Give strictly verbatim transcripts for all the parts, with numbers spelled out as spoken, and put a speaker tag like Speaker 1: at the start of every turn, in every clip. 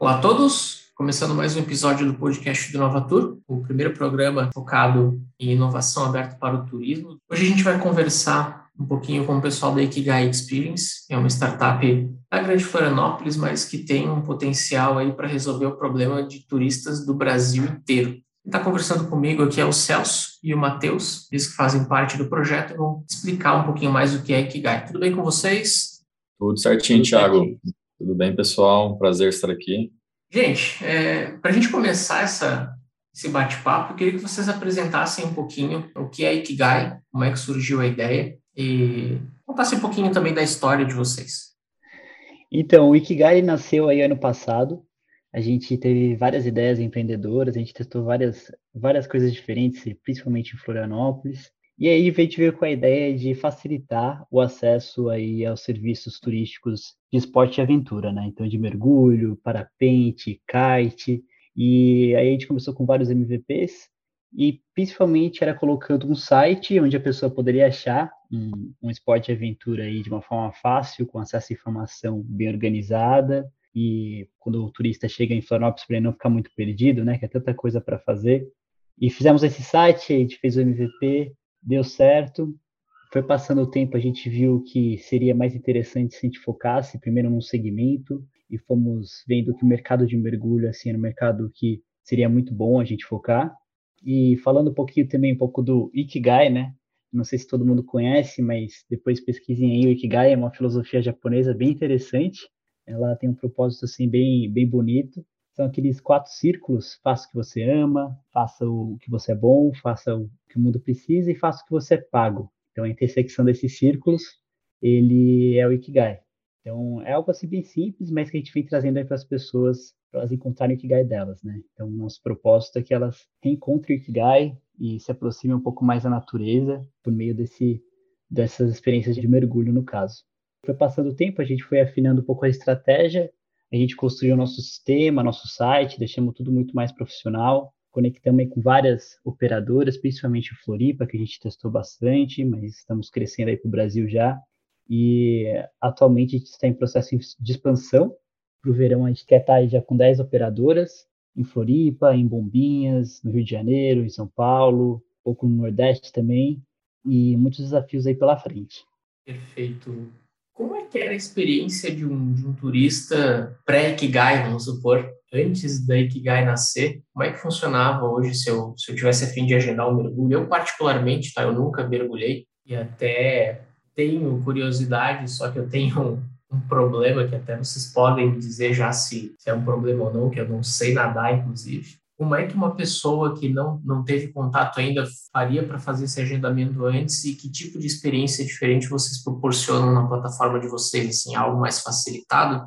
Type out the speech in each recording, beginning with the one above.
Speaker 1: Olá a todos, começando mais um episódio do podcast do Novatur, o primeiro programa focado em inovação aberto para o turismo. Hoje a gente vai conversar um pouquinho com o pessoal da Ikigai Experience, que é uma startup da Grande Florianópolis, mas que tem um potencial aí para resolver o problema de turistas do Brasil inteiro. Quem está conversando comigo aqui é o Celso e o Matheus, eles que fazem parte do projeto e vão explicar um pouquinho mais o que é Ikigai. Tudo bem com vocês?
Speaker 2: Tudo certinho, Tudo Thiago. Certinho. Tudo bem, pessoal? Prazer estar aqui.
Speaker 1: Gente, é, para a gente começar essa, esse bate-papo, eu queria que vocês apresentassem um pouquinho o que é Ikigai, como é que surgiu a ideia e contassem um pouquinho também da história de vocês.
Speaker 3: Então, o Ikigai nasceu aí ano passado. A gente teve várias ideias empreendedoras, a gente testou várias, várias coisas diferentes, principalmente em Florianópolis. E aí a gente veio com a ideia de facilitar o acesso aí aos serviços turísticos de esporte e aventura, né? Então, de mergulho, parapente, kite. E aí a gente começou com vários M V Ps e principalmente era colocando um site onde a pessoa poderia achar um, um esporte e aventura aí de uma forma fácil, com acesso à informação bem organizada. E quando o turista chega em Florianópolis, para ele não ficar muito perdido, né? Que é tanta coisa para fazer. E fizemos esse site, a gente fez o M V P, deu certo. Foi passando o tempo, a gente viu que seria mais interessante se a gente focasse primeiro num segmento e fomos vendo que o mercado de mergulho assim, era um mercado que seria muito bom a gente focar. E falando um pouquinho também um pouco do Ikigai, né? Não sei se todo mundo conhece, mas depois pesquisem aí. O Ikigai é uma filosofia japonesa bem interessante. Ela tem um propósito assim bem, bem bonito. São aqueles quatro círculos: faça o que você ama, faça o que você é bom, faça o que o mundo precisa e faça o que você é pago. Então, a intersecção desses círculos, ele é o Ikigai. Então, é algo assim bem simples, mas que a gente vem trazendo aí para as pessoas, para elas encontrarem o Ikigai delas, né? Então, o nosso propósito é que elas reencontrem o Ikigai e se aproximem um pouco mais da natureza por meio desse, dessas experiências de mergulho, no caso. Foi passando o tempo, a gente foi afinando um pouco a estratégia, a gente construiu nosso sistema, nosso site, deixamos tudo muito mais profissional, conectamos com várias operadoras, principalmente o Floripa, que a gente testou bastante, mas estamos crescendo aí para o Brasil já. E atualmente a gente está em processo de expansão. Para o verão a gente quer estar aí já com dez operadoras, em Floripa, em Bombinhas, no Rio de Janeiro, em São Paulo, um pouco no Nordeste também, e muitos desafios aí pela frente.
Speaker 1: Perfeito. Como é que era a experiência de um, de um turista pré-Ikigai, vamos supor, antes da Ikigai nascer? Como é que funcionava hoje se eu, se eu tivesse a fim de agendar um mergulho? Eu, particularmente, tá, eu nunca mergulhei e até tenho curiosidade, só que eu tenho um, um problema que até vocês podem me dizer já se, se é um problema ou não, que eu não sei nadar, inclusive. Como é que uma pessoa que não, não teve contato ainda faria para fazer esse agendamento antes e que tipo de experiência diferente vocês proporcionam na plataforma de vocês? Assim, algo mais facilitado?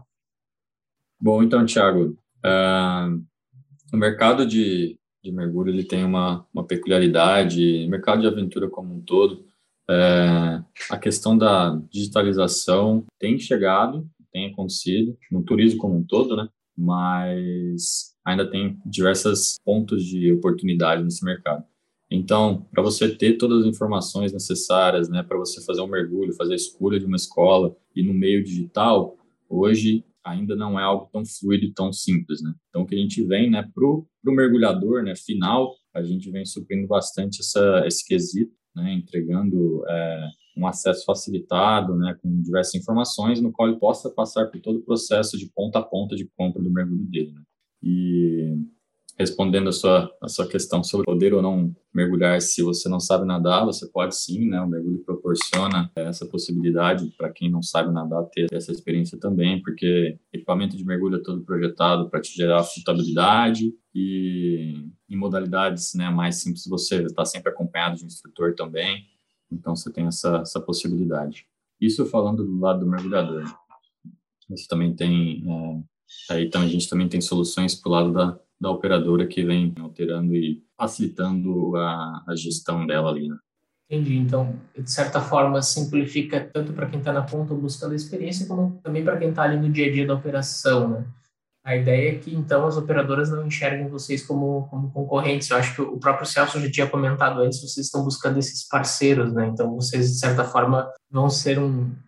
Speaker 2: Bom, então, Thiago, uh, o mercado de, de mergulho ele tem uma, uma peculiaridade, o mercado de aventura como um todo, uh, a questão da digitalização tem chegado, tem acontecido, no turismo como um todo, né? Mas ainda tem diversos pontos de oportunidade nesse mercado. Então, para você ter todas as informações necessárias, né, para você fazer um mergulho, fazer a escolha de uma escola e no meio digital, hoje ainda não é algo tão fluido e tão simples, né? Então, o que a gente vem, né, para o mergulhador, né, final, a gente vem suprindo bastante essa, esse quesito, né, entregando é, um acesso facilitado, né, com diversas informações, no qual ele possa passar por todo o processo de ponta a ponta de compra do mergulho dele, né? E respondendo a sua, a sua questão sobre poder ou não mergulhar se você não sabe nadar, você pode sim, né? O mergulho proporciona essa possibilidade para quem não sabe nadar ter essa experiência também, porque equipamento de mergulho é todo projetado para te gerar flutuabilidade e em modalidades, né, mais simples você está sempre acompanhado de um instrutor também, então você tem essa, essa possibilidade. Isso falando do lado do mergulhador. Você também tem... É, aí então, a gente também tem soluções para o lado da, da operadora que vem alterando e facilitando a, a gestão dela ali, né?
Speaker 1: Entendi. Então, de certa forma, simplifica tanto para quem está na ponta buscando a experiência, como também para quem está ali no dia a dia da operação, né? A ideia é que, então, as operadoras não enxerguem vocês como, como concorrentes. Eu acho que o próprio Celso já tinha comentado antes, vocês estão buscando esses parceiros, né? Então, vocês, de certa forma, vão ser um, um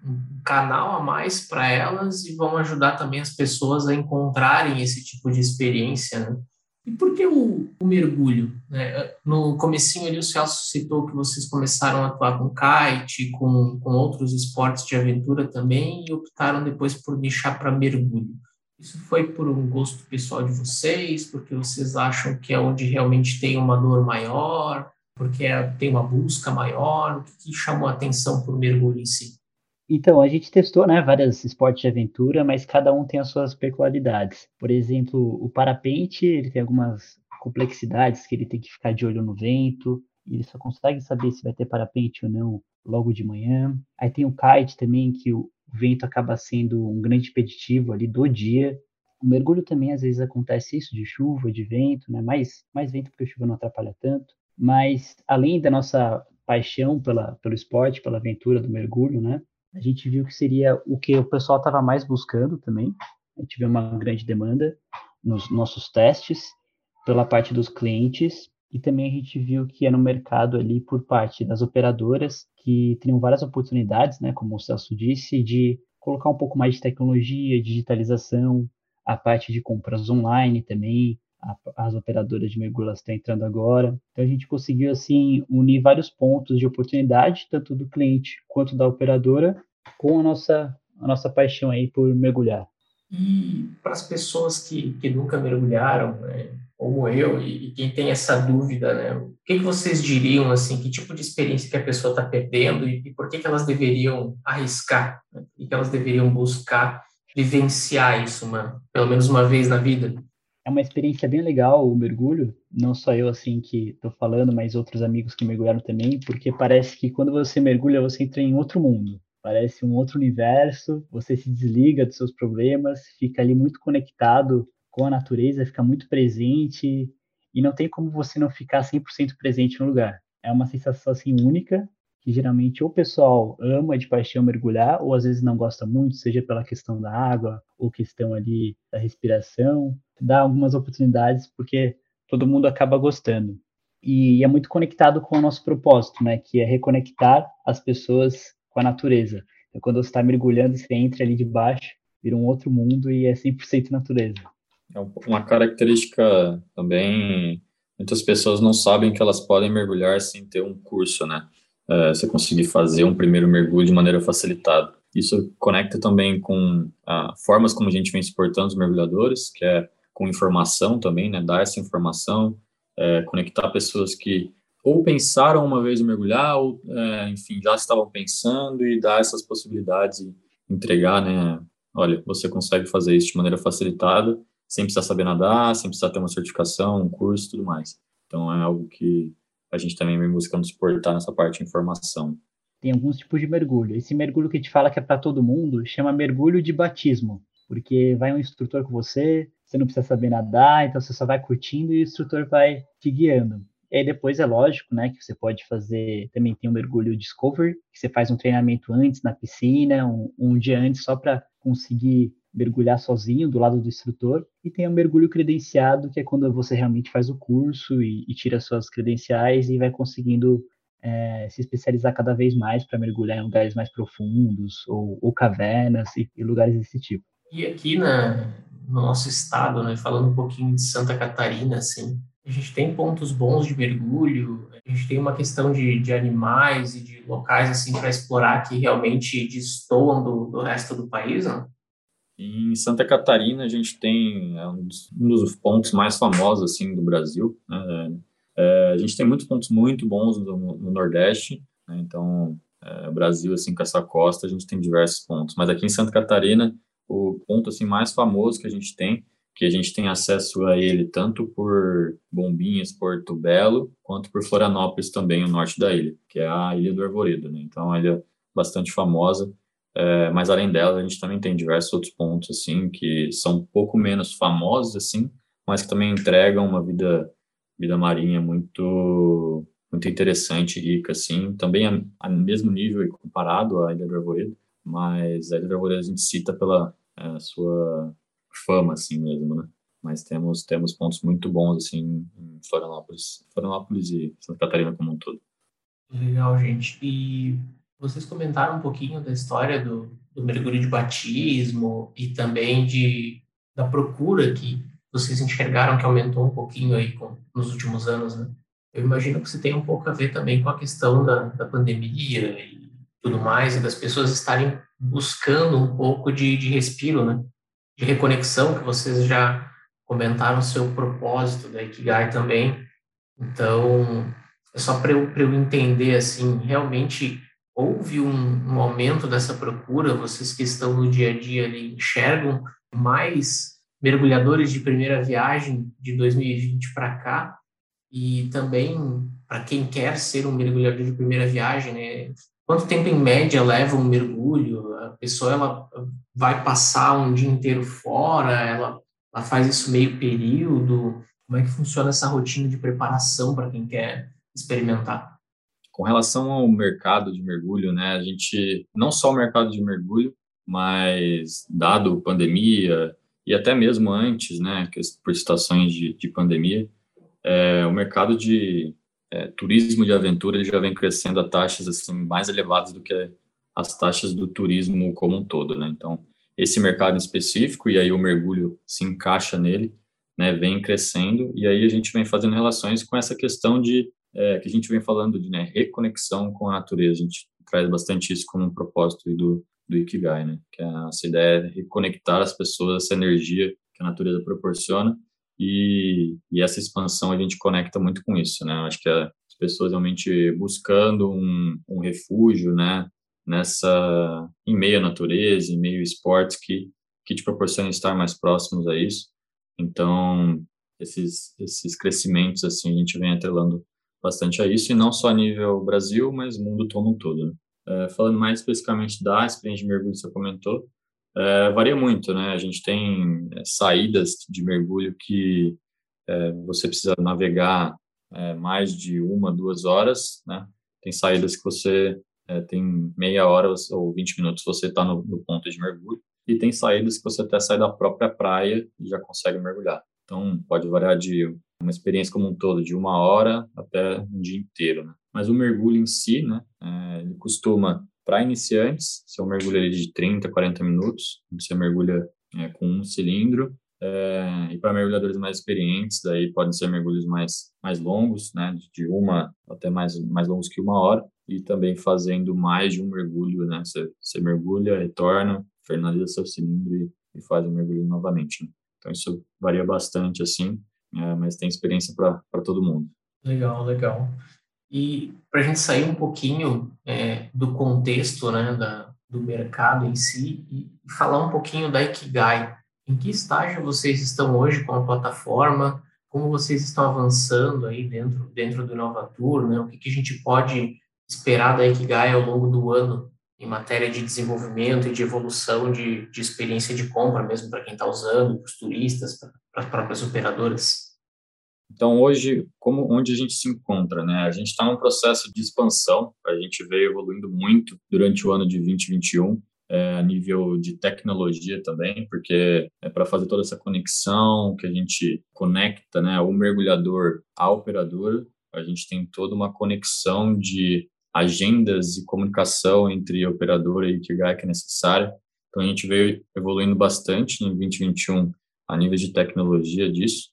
Speaker 1: canal a mais para elas e vão ajudar também as pessoas a encontrarem esse tipo de experiência, né? E por que o, o mergulho, né? No comecinho ali o Celso citou que vocês começaram a atuar com kite, com, com outros esportes de aventura também e optaram depois por nichar para mergulho. Isso foi por um gosto pessoal de vocês, porque vocês acham que é onde realmente tem uma dor maior, porque é- tem uma busca maior? O que, que chamou a atenção por mergulho em si?
Speaker 3: Então, a gente testou, né, vários esportes de aventura, mas cada um tem as suas peculiaridades. Por exemplo, o parapente, ele tem algumas complexidades, que ele tem que ficar de olho no vento, e ele só consegue saber se vai ter parapente ou não logo de manhã. Aí tem o kite também, que o vento acaba sendo um grande impeditivo ali do dia. O mergulho também, às vezes, acontece isso, de chuva, de vento, né, mais, mais vento porque a chuva não atrapalha tanto. Mas, além da nossa paixão pela, pelo esporte, pela aventura do mergulho, né, a gente viu que seria o que o pessoal estava mais buscando também. A gente viu uma grande demanda nos nossos testes pela parte dos clientes e também a gente viu que é no mercado ali por parte das operadoras que teriam várias oportunidades, né, como o Celso disse, de colocar um pouco mais de tecnologia, digitalização, a parte de compras online também, a- as operadoras de mergulho estão entrando agora. Então a gente conseguiu assim unir vários pontos de oportunidade, tanto do cliente quanto da operadora, com a nossa a nossa paixão aí por mergulhar.
Speaker 1: E para as pessoas que, que nunca mergulharam, né, como eu, e, e quem tem essa dúvida, né, o que, que vocês diriam, assim, que tipo de experiência que a pessoa está perdendo e, e por que, que elas deveriam arriscar, né, e que elas deveriam buscar vivenciar isso, uma, pelo menos uma vez na vida?
Speaker 3: É uma experiência bem legal o mergulho, não só eu assim que estou falando, mas outros amigos que mergulharam também, porque parece que quando você mergulha você entra em outro mundo. Parece um outro universo, você se desliga dos seus problemas, fica ali muito conectado com a natureza, fica muito presente e não tem como você não ficar cem por cento presente no lugar. É uma sensação assim única que geralmente ou o pessoal ama de paixão mergulhar ou às vezes não gosta muito, seja pela questão da água ou questão ali da respiração, dá algumas oportunidades porque todo mundo acaba gostando. E é muito conectado com o nosso propósito, né, que é reconectar as pessoas com a natureza. Então, quando você está mergulhando, você entra ali debaixo, vira um outro mundo e é cem por cento natureza.
Speaker 2: É um- uma característica também, muitas pessoas não sabem que elas podem mergulhar sem ter um curso, né? É, você conseguir fazer um primeiro mergulho de maneira facilitada. Isso conecta também com ah, formas como a gente vem exportando os mergulhadores, que é com informação também, né? Dar essa informação, é, conectar pessoas que ou pensaram uma vez em mergulhar, ou, é, enfim, já estavam pensando e dar essas possibilidades e entregar, né? Olha, você consegue fazer isso de maneira facilitada sem precisar saber nadar, sem precisar ter uma certificação, um curso, tudo mais. Então é algo que a gente também vem buscando suportar nessa parte de informação.
Speaker 3: Tem alguns tipos de mergulho. Esse mergulho que a gente fala que é para todo mundo chama mergulho de batismo, porque vai um instrutor com você, você não precisa saber nadar, então você só vai curtindo e o instrutor vai te guiando. E aí depois é lógico, né, que você pode fazer, também tem o mergulho discovery, que você faz um treinamento antes na piscina, um, um dia antes só para conseguir mergulhar sozinho do lado do instrutor, e tem o mergulho credenciado, que é quando você realmente faz o curso e, e tira suas credenciais e vai conseguindo é, se especializar cada vez mais para mergulhar em lugares mais profundos ou, ou cavernas e, e lugares desse tipo.
Speaker 1: E aqui na, no nosso estado, né, falando um pouquinho de Santa Catarina, assim, a gente tem pontos bons de mergulho, a gente tem uma questão de, de animais e de locais assim para explorar que realmente destoam do, do resto do país, né?
Speaker 2: Em Santa Catarina, a gente tem é, um dos, um dos pontos mais famosos assim do Brasil, né? É, a gente tem muitos pontos muito bons no, no Nordeste, né? Então, é, o Brasil, assim, com essa costa, a gente tem diversos pontos. Mas aqui em Santa Catarina, o ponto, assim, mais famoso que a gente tem, que a gente tem acesso a ele tanto por Bombinhas, Porto Belo, quanto por Florianópolis também, o norte da ilha, que é a Ilha do Arvoredo, né? Então, é uma ilha bastante famosa. É, mas além dela, a gente também tem diversos outros pontos, assim, que são um pouco menos famosos, assim, mas que também entregam uma vida, vida marinha muito, muito interessante, rica, assim, também a, a mesmo nível e comparado à Ilha do Arvoredo, mas a Ilha do Arvoredo a gente cita pela é, sua fama, assim mesmo, né? Mas temos, temos pontos muito bons, assim, em Florianópolis, Florianópolis e Santa Catarina como um todo.
Speaker 1: Legal, gente. E vocês comentaram um pouquinho da história do, do mergulho de batismo e também de, da procura que vocês enxergaram que aumentou um pouquinho aí com, nos últimos anos, né? Eu imagino que você tem um pouco a ver também com a questão da, da pandemia e tudo mais, e das pessoas estarem buscando um pouco de, de respiro, né? De reconexão, que vocês já comentaram seu propósito da Ikigai também. Então, é só para eu, para eu entender, assim, realmente houve um, um aumento dessa procura? Vocês que estão no dia a dia ali enxergam mais mergulhadores de primeira viagem de dois mil e vinte para cá? E também, para quem quer ser um mergulhador de primeira viagem, né? Quanto tempo em média leva um mergulho? A pessoa ela vai passar um dia inteiro fora? Ela, ela faz isso meio período? Como é que funciona essa rotina de preparação para quem quer experimentar?
Speaker 2: Com relação ao mercado de mergulho, né, a gente, não só o mercado de mergulho, mas dado pandemia e até mesmo antes, né, que por situações de, de pandemia, é, o mercado de é, turismo de aventura ele já vem crescendo a taxas assim mais elevadas do que as taxas do turismo como um todo, né? Então, esse mercado em específico, e aí o mergulho se encaixa nele, né, vem crescendo, e aí a gente vem fazendo relações com essa questão de é, que a gente vem falando de, né, reconexão com a natureza. A gente traz bastante isso como um propósito do, do Ikigai, né? Que é essa ideia de reconectar as pessoas, essa energia que a natureza proporciona, e, e essa expansão a gente conecta muito com isso, né? Eu acho que as pessoas realmente buscando um, um refúgio, né? Nessa, em meio à natureza, em meio a esportes que, que te proporcionam estar mais próximos a isso. Então, esses, esses crescimentos, assim, a gente vem atrelando bastante a isso, e não só a nível Brasil, mas mundo como um todo, né? É, falando mais especificamente da experiência de mergulho que você comentou, é, varia muito, né? A gente tem é, saídas de mergulho que é, você precisa navegar é, mais de uma, duas horas, né? Tem saídas que você é, tem meia hora ou vinte minutos você está no, no ponto de mergulho, e tem saídas que você até sai da própria praia e já consegue mergulhar. Então, pode variar de uma experiência como um todo, de uma hora até um dia inteiro, né? Mas o mergulho em si, né, é, ele costuma, para iniciantes, ser um mergulho ali de trinta, quarenta minutos, você mergulha é, com um cilindro, é, e para mergulhadores mais experientes, daí podem ser mergulhos mais, mais longos, né, de uma até mais, mais longos que uma hora, e também fazendo mais de um mergulho, né, você, você mergulha, retorna, finaliza seu cilindro e, e faz o mergulho novamente, né? Então isso varia bastante, assim, é, mas tem experiência para todo mundo.
Speaker 1: Legal, legal. E para a gente sair um pouquinho é, do contexto, né, da, do mercado em si e falar um pouquinho da Ikigai. Em que estágio vocês estão hoje com a plataforma? Como vocês estão avançando aí dentro, dentro do Inovatur, né? O que, que a gente pode esperar da Ikigai ao longo do ano em matéria de desenvolvimento e de evolução de, de experiência de compra, mesmo para quem está usando, para os turistas, para as próprias operadoras?
Speaker 2: Então, hoje, como onde a gente se encontra, né? A gente está num processo de expansão, a gente veio evoluindo muito durante o ano de vinte e vinte e um, é, a nível de tecnologia também, porque é para fazer toda essa conexão que a gente conecta, né, o mergulhador à operadora, a gente tem toda uma conexão de agendas e comunicação entre a operadora e Ikigai que é necessária. Então, a gente veio evoluindo bastante em vinte e vinte e um a nível de tecnologia disso.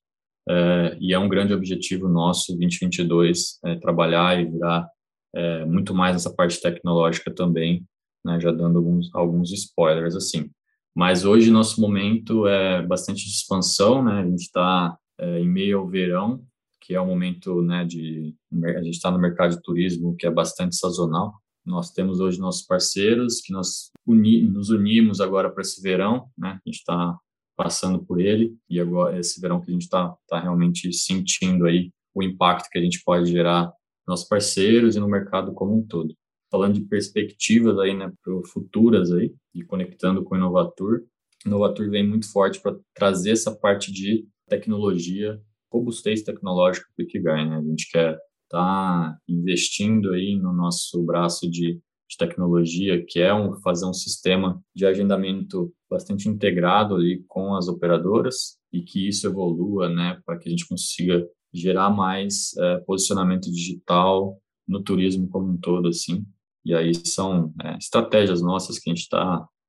Speaker 2: É, e é um grande objetivo nosso, vinte e vinte e dois, é, trabalhar e virar é, muito mais nessa parte tecnológica também, né, já dando alguns, alguns spoilers, assim. Mas hoje, nosso momento é bastante de expansão, né, a gente está é, em meio ao verão, que é o momento, né, de... A gente está no mercado de turismo, que é bastante sazonal. Nós temos hoje nossos parceiros, que nós uni, nos unimos agora para esse verão, né, a gente está passando por ele, e agora esse verão que a gente está tá realmente sentindo aí o impacto que a gente pode gerar nos nossos parceiros e no mercado como um todo. Falando de perspectivas aí, né, para futuras aí, e conectando com o Inovatur, o Inovatur vem muito forte para trazer essa parte de tecnologia, robustez tecnológica para o Ikigai, né? A gente quer estar tá investindo aí no nosso braço de de tecnologia, que é um, fazer um sistema de agendamento bastante integrado ali com as operadoras, e que isso evolua, né, para que a gente consiga gerar mais é, posicionamento digital no turismo como um todo, assim. E aí são é, estratégias nossas que a gente está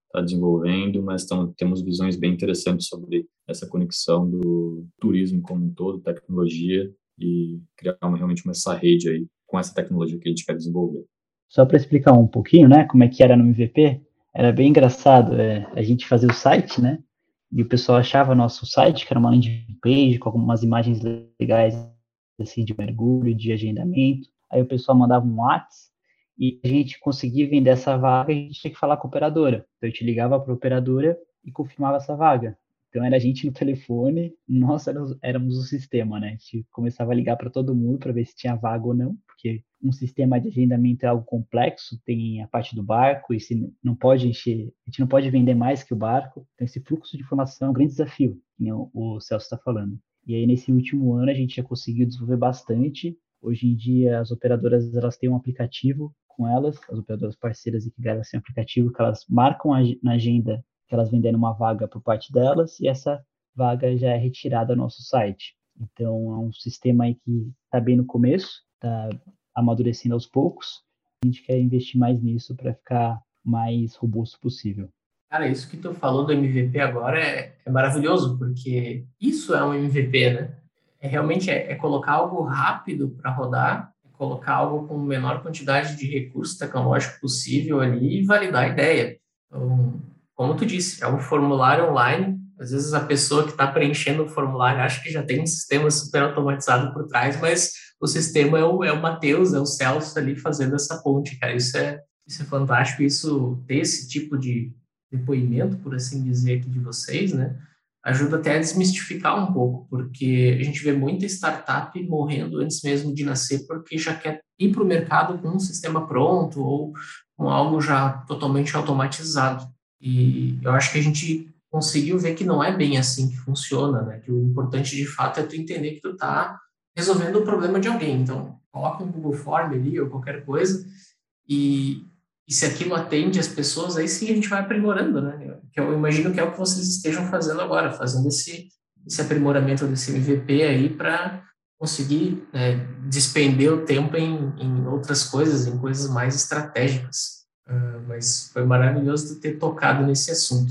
Speaker 2: está desenvolvendo, mas tamo, temos visões bem interessantes sobre essa conexão do turismo como um todo, tecnologia, e criar uma, realmente uma, essa rede aí com essa tecnologia que a gente quer desenvolver.
Speaker 3: Só para explicar um pouquinho, né, como é que era no M V P, era bem engraçado. É, a gente fazia o site, né, e o pessoal achava nosso site, que era uma landing page com algumas imagens legais, assim, de mergulho, de agendamento. Aí o pessoal mandava um WhatsApp e a gente conseguia vender essa vaga, a gente tinha que falar com a operadora. Então, eu te ligava para a operadora e confirmava essa vaga. Então, era a gente no telefone, nós éramos, éramos o sistema, né? A gente começava a ligar para todo mundo para ver se tinha vaga ou não, porque um sistema de agendamento é algo complexo, tem a parte do barco, e se não pode encher, a gente não pode vender mais que o barco. Então, esse fluxo de informação é um grande desafio, que o Celso está falando. E aí, nesse último ano, a gente já conseguiu desenvolver bastante. Hoje em dia, as operadoras elas têm um aplicativo com elas, as operadoras parceiras e que elas têm um aplicativo que elas marcam a, na agenda que elas venderam uma vaga por parte delas e essa vaga já é retirada do nosso site. Então, é um sistema aí que está bem no começo, está amadurecendo aos poucos. A gente quer investir mais nisso para ficar mais robusto possível.
Speaker 1: Cara, isso que tu falou do M V P agora é, é maravilhoso, porque isso é um M V P, né? É, realmente é, é colocar algo rápido para rodar, é colocar algo com a menor quantidade de recurso tecnológico possível ali e validar a ideia. Então, como tu disse, é um formulário online. Às vezes a pessoa que está preenchendo o formulário acha que já tem um sistema super automatizado por trás, mas o sistema é o, é o Matheus, é o Celso ali fazendo essa ponte, cara. Isso é, isso é fantástico. Isso, ter esse tipo de depoimento, por assim dizer, aqui de vocês, né, ajuda até a desmistificar um pouco, porque a gente vê muita startup morrendo antes mesmo de nascer porque já quer ir para o mercado com um sistema pronto ou com algo já totalmente automatizado. E eu acho que a gente conseguiu ver que não é bem assim que funciona, né? Que o importante de fato é tu entender que tu tá resolvendo o problema de alguém. Então, coloca um Google Form ali ou qualquer coisa e, e se aquilo atende as pessoas, aí sim a gente vai aprimorando, né? Que eu imagino que é o que vocês estejam fazendo agora, fazendo esse, esse aprimoramento desse M V P aí para conseguir, né, despender o tempo em, em outras coisas, em coisas mais estratégicas. Uh, mas foi maravilhoso ter tocado nesse assunto.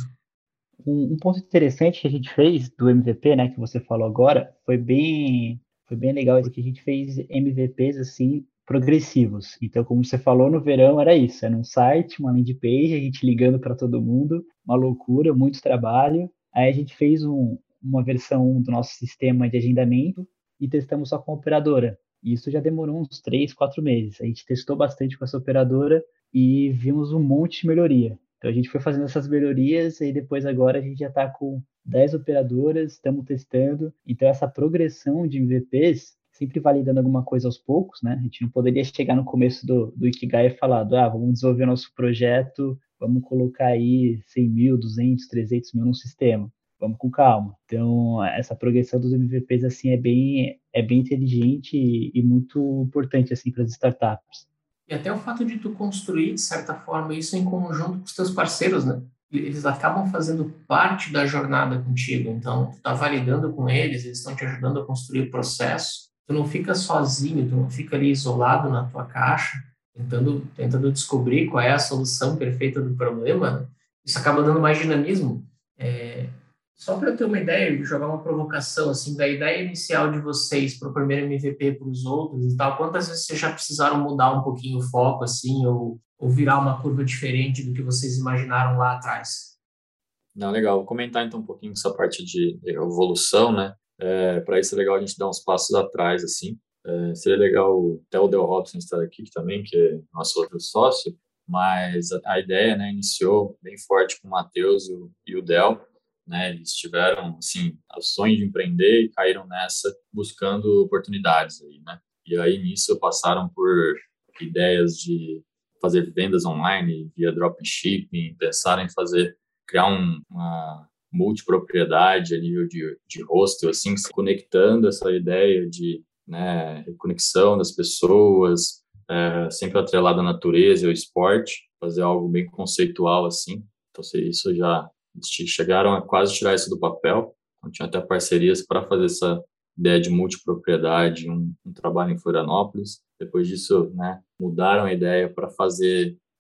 Speaker 3: Um, um ponto interessante que a gente fez do M V P, né, que você falou agora, foi bem, foi bem legal, porque a gente fez M V Ps assim progressivos. Então, como você falou, no verão era isso, era um site, uma landing page, a gente ligando para todo mundo, uma loucura, muito trabalho. Aí a gente fez um, uma versão do nosso sistema de agendamento e testamos só com a operadora. E isso já demorou uns três, quatro meses. A gente testou bastante com essa operadora e vimos um monte de melhoria. Então a gente foi fazendo essas melhorias e depois agora a gente já está com dez operadoras, estamos testando. Então essa progressão de M V Ps, sempre validando alguma coisa aos poucos, né? A gente não poderia chegar no começo do, do Ikigai e falar, ah, vamos desenvolver nosso projeto, vamos colocar aí cem mil, duzentos, trezentos mil no sistema. Vamos com calma. Então, essa progressão dos M V Ps assim é bem, é bem inteligente e, e muito importante assim para as startups.
Speaker 1: E até o fato de tu construir, de certa forma, isso em conjunto com os teus parceiros, né? Eles acabam fazendo parte da jornada contigo. Então, tu tá validando com eles, eles estão te ajudando a construir o processo. Tu não fica sozinho, tu não fica ali isolado na tua caixa, tentando, tentando descobrir qual é a solução perfeita do problema, né? Isso acaba dando mais dinamismo. É, Só para eu ter uma ideia, jogar uma provocação, assim, da ideia inicial de vocês para o primeiro M V P para os outros e tal, quantas vezes vocês já precisaram mudar um pouquinho o foco, assim, ou, ou virar uma curva diferente do que vocês imaginaram lá atrás?
Speaker 2: Não, legal. Vou comentar então um pouquinho essa parte de evolução, né? É, para isso é legal a gente dar uns passos atrás, assim. É, seria legal até o Del Robson estar aqui também, que é nosso outro sócio, mas a, a ideia, né, iniciou bem forte com o Matheus e o, e o Del, né? Eles tiveram, assim, o sonho de empreender e caíram nessa buscando oportunidades aí, né? E aí nisso passaram por ideias de fazer vendas online via dropshipping, pensaram em fazer criar um, uma multipropriedade a nível de, de hostel, assim, se conectando essa ideia de, né, reconexão das pessoas, é, sempre atrelada à natureza e ao esporte, fazer algo bem conceitual, assim. Então, isso já chegaram a quase tirar isso do papel. Então, tinha até parcerias para fazer essa ideia de multipropriedade, um, um trabalho em Florianópolis. Depois disso, né, mudaram a ideia para fazer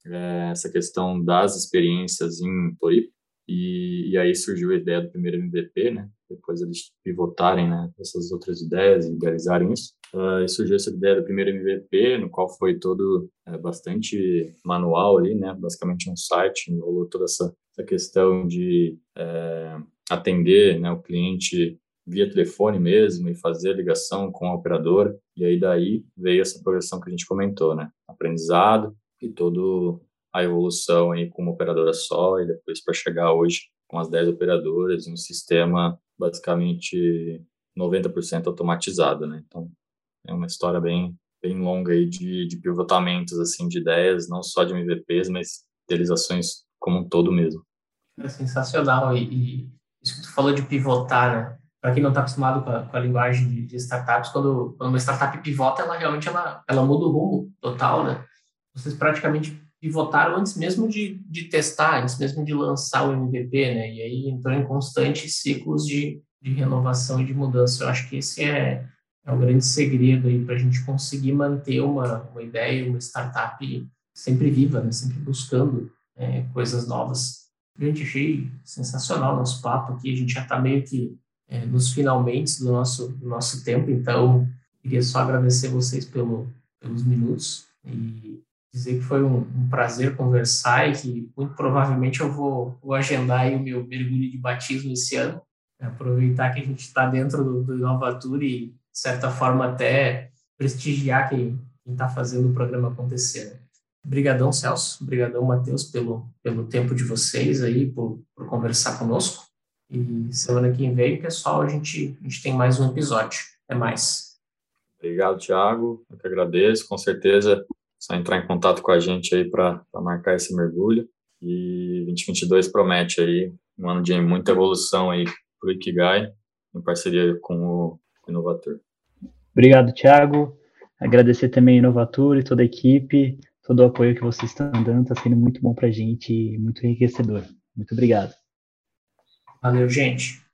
Speaker 2: é, essa questão das experiências em Floripa, e, e aí surgiu a ideia do primeiro M V P, né? Depois eles pivotarem, né, essas outras ideias e idealizarem isso. Uh, e surgiu essa ideia do primeiro M V P, no qual foi todo é, bastante manual ali, né? Basicamente um site, enrolou toda essa, essa questão de é, atender, né, o cliente via telefone mesmo e fazer a ligação com a operadora. E aí daí veio essa progressão que a gente comentou, né? Aprendizado e toda a evolução aí com uma operadora só e depois para chegar hoje com as dez operadoras e um sistema basicamente noventa por cento automatizado, né? Então, é uma história bem, bem longa aí de, de pivotamentos, assim, de ideias, não só de M V Ps, mas realizações como um todo mesmo.
Speaker 1: É sensacional. E, e isso que tu falou de pivotar, né? Para quem não está acostumado com a, com a linguagem de, de startups, quando, quando uma startup pivota, ela realmente ela, ela muda o rumo total, né? Vocês praticamente pivotaram antes mesmo de, de testar, antes mesmo de lançar o M V P, né? E aí entrou em constantes ciclos de, de renovação e de mudança. Eu acho que esse é, é o grande segredo aí para a gente conseguir manter uma, uma ideia, uma startup sempre viva, né? Sempre buscando é, coisas novas. Gente, achei sensacional o nosso papo aqui. A gente já está meio que é, nos finalmente do nosso, do nosso tempo, então queria só agradecer vocês pelo, pelos minutos e dizer que foi um, um prazer conversar e que muito provavelmente eu vou, vou agendar aí o meu mergulho de batismo esse ano, né? Aproveitar que a gente está dentro do, do Inovatur e, de certa forma, até prestigiar quem está fazendo o programa acontecer, né? Obrigadão, Celso. Obrigadão, Matheus, pelo, pelo tempo de vocês aí, por, por conversar conosco. E semana que vem, pessoal, a gente, a gente tem mais um episódio. Até mais.
Speaker 2: Obrigado, Thiago. Eu que agradeço. Com certeza, só entrar em contato com a gente aí para marcar esse mergulho. E vinte e vinte e dois promete aí um ano de muita evolução aí para o Ikigai, em parceria com o Inovatur.
Speaker 3: Obrigado, Thiago. Agradecer também a Inovatur e toda a equipe, todo o apoio que vocês estão dando, está sendo muito bom para a gente e muito enriquecedor. Muito obrigado.
Speaker 1: Valeu, gente.